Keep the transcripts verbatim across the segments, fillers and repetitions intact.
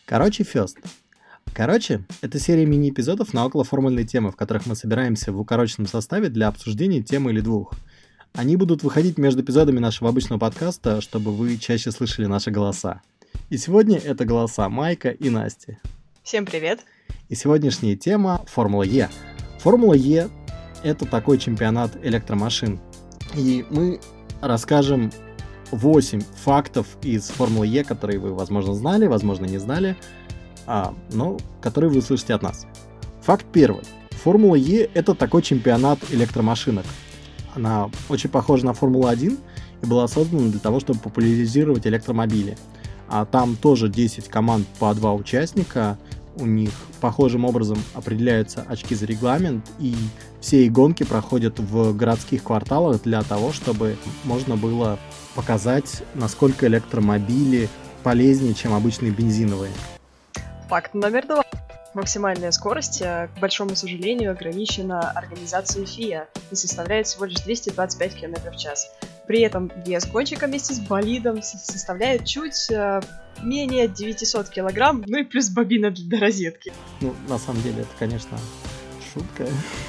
Короче, Фёст. Короче, это серия мини-эпизодов на околоформульные темы, в которых мы собираемся в укороченном составе для обсуждения темы или двух. Они будут выходить между эпизодами нашего обычного подкаста, чтобы вы чаще слышали наши голоса. И сегодня это голоса Майка и Насти. Всем привет! И сегодняшняя тема — Формула Е. Формула Е — это такой чемпионат электромашин. И мы расскажем восемь фактов из Формулы Е, которые вы, возможно, знали, возможно, не знали, а, но которые вы услышите от нас. Факт первый. Формула Е — это такой чемпионат электромашинок. Она очень похожа на Формулу один и была создана для того, чтобы популяризировать электромобили. А там тоже десять команд по два участника. У них похожим образом определяются очки за регламент, и все их гонки проходят в городских кварталах для того, чтобы можно было показать, насколько электромобили полезнее, чем обычные бензиновые. Факт номер два. Максимальная скорость, к большому сожалению, ограничена организацией эф и а и составляет всего лишь двести двадцать пять километров в час. При этом вес гонщика вместе с болидом составляет чуть э, менее девятьсот килограмм, ну и плюс бобина для розетки. Ну, на самом деле, это, конечно, шутка.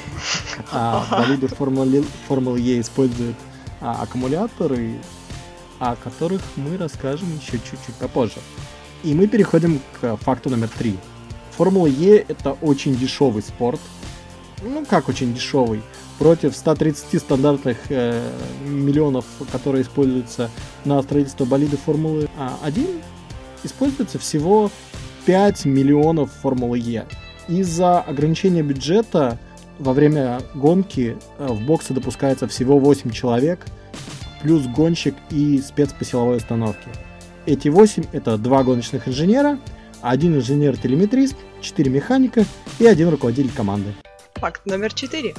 А болиды Формулы Е используют а, аккумуляторы, о которых мы расскажем еще чуть-чуть попозже. И мы переходим к факту номер три. Формула Е — это очень дешевый спорт. Ну, как очень дешевый? Против ста тридцати стандартных э, миллионов, которые используются на строительство болида Формулы один, используется всего пять миллионов Формулы Е. Из-за ограничения бюджета во время гонки э, в боксы допускается всего восемь человек, плюс гонщик и спец по силовой установке. Эти восемь — это два гоночных инженера, один инженер-телеметрист, четыре механика и один руководитель команды. Факт номер четыре.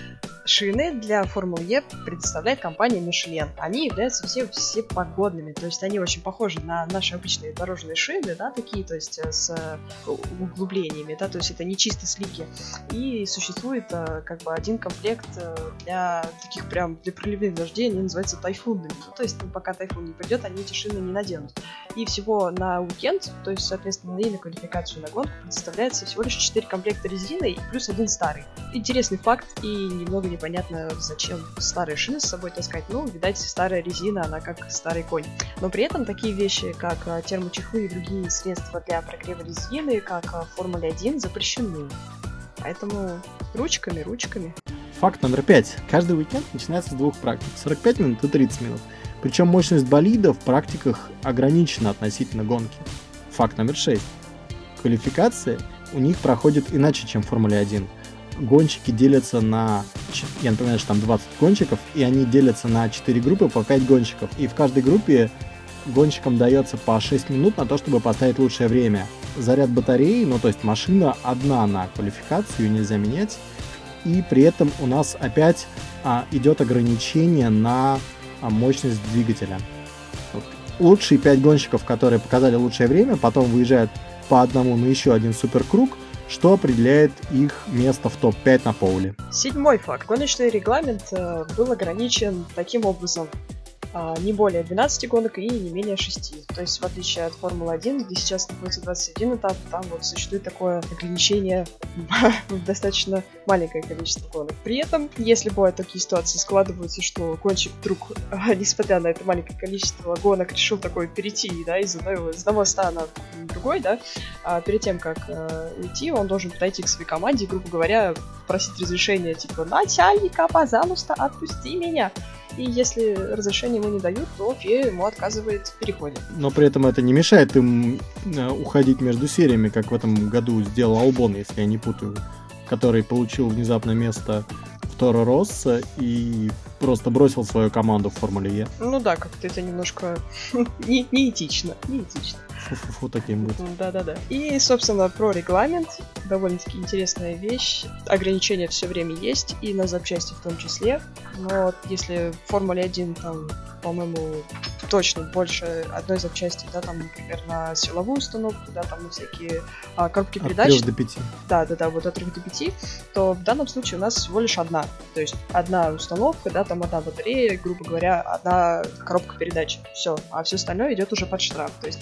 Шины для Формулы Е предоставляет компания Michelin. Они являются все, все погодными, то есть они очень похожи на наши обычные дорожные шины, да, такие, то есть с углублениями, да, то есть это не чисто слики. И существует как бы один комплект для таких прям для проливных дождей, они называются тайфунными. Ну, то есть ну, пока тайфун не придет, они эти шины не наденут. И всего на уикенд, то есть, соответственно, и на квалификацию на гонку предоставляется всего лишь четыре комплекта резины и плюс один старый. Интересный факт и немного непонятно, зачем старые шины с собой таскать. Ну, видать, старая резина, она как старый конь. Но при этом такие вещи, как термочехлы и другие средства для прогрева резины, как в Формуле один, запрещены. Поэтому ручками, ручками. Факт номер пять. Каждый уикенд начинается с двух практик. сорок пять минут и тридцать минут. Причем мощность болида в практиках ограничена относительно гонки. Факт номер шесть. Квалификация у них проходит иначе, чем в Формуле один. Гонщики делятся на... Я напоминаю, что там двадцать гонщиков, и они делятся на четыре группы по пять гонщиков. И в каждой группе гонщикам дается по шесть минут на то, чтобы поставить лучшее время. Заряд батареи, ну то есть машина одна на квалификацию, ее нельзя менять. И при этом у нас опять а, идет ограничение на а, мощность двигателя. Вот. Лучшие пять гонщиков, которые показали лучшее время, потом выезжают по одному на еще один суперкруг, что определяет их место в топ пять на поле. Седьмой факт. Гоночный регламент э, был ограничен таким образом. Э, не более двенадцати гонок и не менее шести. То есть, в отличие от Формулы один, где сейчас находится двадцать один этап, там вот существует такое ограничение в достаточно маленькое количество гонок. При этом, если бывают такие ситуации, складываются, что гонщик вдруг, несмотря на это маленькое количество гонок, решил такой перейти, да, из одного, из одного стана в другой, да, а перед тем, как э, уйти, он должен подойти к своей команде и, грубо говоря, просить разрешения, типа, начальника, пожалуйста, отпусти меня. И если разрешение ему не дают, то эф и а ему отказывает в переходе. Но при этом это не мешает им уходить между сериями, как в этом году сделал Албон, если я не путаю, который получил внезапно место в Торо Россо и просто бросил свою команду в Формуле Е. Ну да, как-то это немножко не, неэтично, неэтично. Фу-фу-фу, таким будет. Да-да-да. И, собственно, про регламент. Довольно-таки интересная вещь. Ограничения все время есть, и на запчасти в том числе. Но если в Формуле один там, по-моему, точно больше одной запчасти, да, там, например, на силовую установку, да, там на всякие а, коробки передач. От трех до пяти. Да, да, да, вот от трех до пяти, то в данном случае у нас всего лишь одна. То есть одна установка, да, там одна батарея, грубо говоря, одна коробка передач. Все. А все остальное идет уже под штраф. То есть при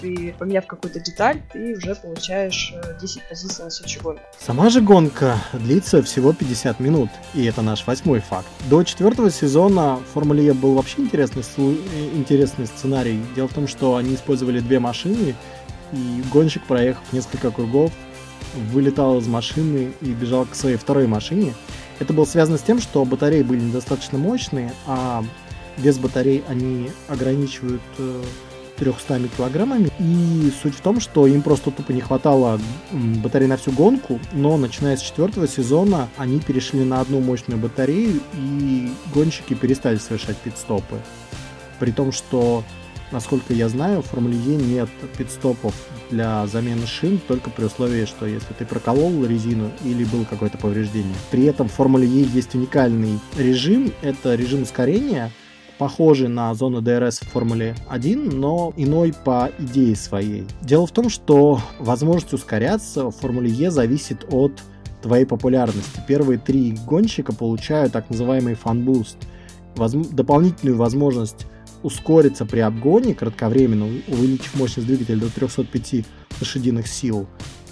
поменяв какую-то деталь, ты уже получаешь десять позиций на следующий гонку. Сама же гонка длится всего пятьдесят минут, и это наш восьмой факт. До четвертого сезона в Формуле Е был вообще интересный, интересный сценарий. Дело в том, что они использовали две машины, и гонщик, проехав несколько кругов, вылетал из машины и бежал к своей второй машине. Это было связано с тем, что батареи были недостаточно мощные, а вес батарей они ограничивают трехстами килограммами. И суть в том, что им просто тупо не хватало батарей на всю гонку, но начиная с четвертого сезона они перешли на одну мощную батарею, и гонщики перестали совершать пит-стопы. При том, что, насколько я знаю, в Формуле Е нет пит-стопов для замены шин, только при условии, что если ты проколол резину или было какое-то повреждение. При этом в Формуле Е есть уникальный режим, это режим ускорения, похожий на зону ди эр эс в Формуле один, но иной по идее своей. Дело в том, что возможность ускоряться в Формуле Е зависит от твоей популярности. Первые три гонщика получают так называемый фан-буст, воз... дополнительную возможность ускориться при обгоне кратковременно, увеличив мощность двигателя до триста пять лошадиных сил.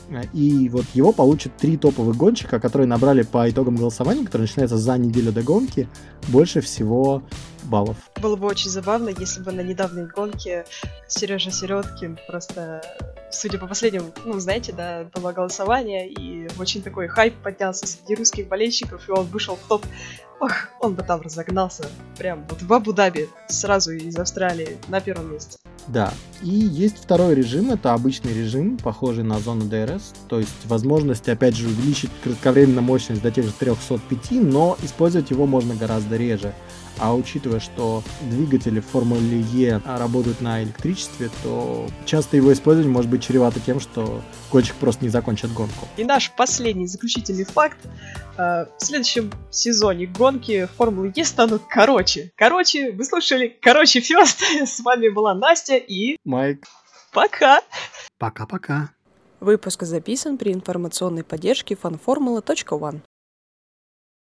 И вот его получат три топовых гонщика, которые набрали по итогам голосования, которое начинается за неделю до гонки, больше всего баллов. Было бы очень забавно, если бы на недавней гонке Сережа Середкин просто, судя по последнему, ну, знаете, да, было голосование, и очень такой хайп поднялся среди русских болельщиков, и он вышел в топ. Ох, он бы там разогнался, прям вот в Абу-Даби, сразу из Австралии, на первом месте. Да, и есть второй режим, это обычный режим, похожий на зону ди эр эс, то есть возможность, опять же, увеличить кратковременно мощность до тех же триста пять, но использовать его можно гораздо реже. А учитывая, что двигатели в Формуле Е работают на электричестве, то часто его использование может быть чревато тем, что гонщик просто не закончит гонку. И наш последний заключительный факт. В следующем сезоне гонки Формулы Е станут короче. Короче, вы слушали Короче Фёст. С вами была Настя и... Майк. Пока. Пока-пока. Выпуск записан при информационной поддержке фан формула точка уан.